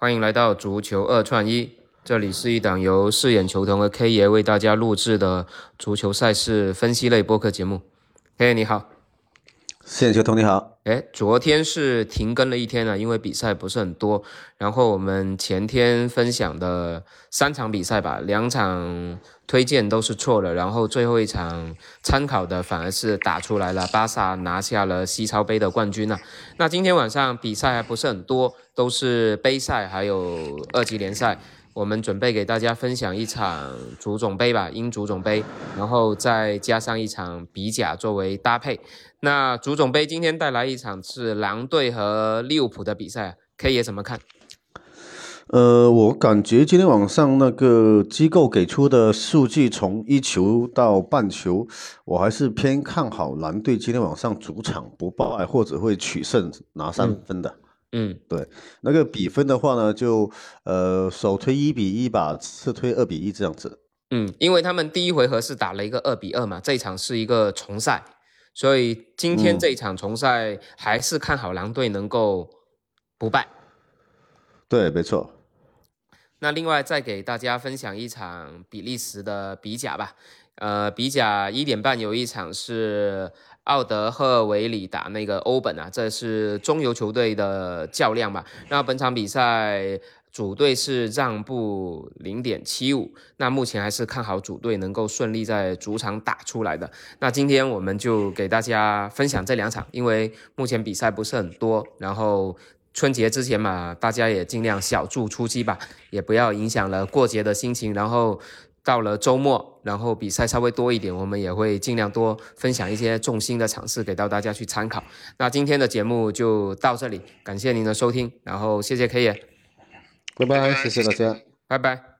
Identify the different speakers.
Speaker 1: 欢迎来到足球二串一，这里是一档由饰演球童的 K 爷为大家录制的足球赛事分析类播客节目。K 你好。
Speaker 2: 饰演球童你好。
Speaker 1: 昨天是停更了一天了，因为比赛不是很多。然后我们前天分享的3场比赛吧，2场推荐都是错了，然后最后一场参考的反而是打出来了，巴萨拿下了西超杯的冠军。那今天晚上比赛还不是很多，都是杯赛还有2级联赛。我们准备给大家分享一场足总杯吧，英足总杯，然后再加上一场比甲作为搭配。那足总杯今天带来一场是狼队和利物浦的比赛，K 爷怎么看？
Speaker 2: 我感觉今天晚上那个机构给出的数据，从1球到半球，我还是偏看好蓝队今天晚上主场不败，或者会取胜拿3分的。对，那个比分的话呢，就首推1-1吧，次推2-1这样子。
Speaker 1: 因为他们第一回合是打了一个2-2嘛，这一场是一个重赛，所以今天这一场重赛还是看好狼队能够不败。
Speaker 2: 对，没错。
Speaker 1: 那另外再给大家分享一场比利时的比甲吧。比甲1点半有一场是奥德赫维里打那个欧本啊，这是中游球队的较量吧。那本场比赛主队是让步0.75，那目前还是看好主队能够顺利在主场打出来的。那今天我们就给大家分享这2场，因为目前比赛不是很多，然后春节之前嘛，大家也尽量小注出击吧，也不要影响了过节的心情。然后到了周末，然后比赛稍微多一点，我们也会尽量多分享一些重心的场次给到大家去参考。那今天的节目就到这里，感谢您的收听，然后谢谢 K 爷，
Speaker 2: 拜拜，谢谢大家。
Speaker 1: 拜拜。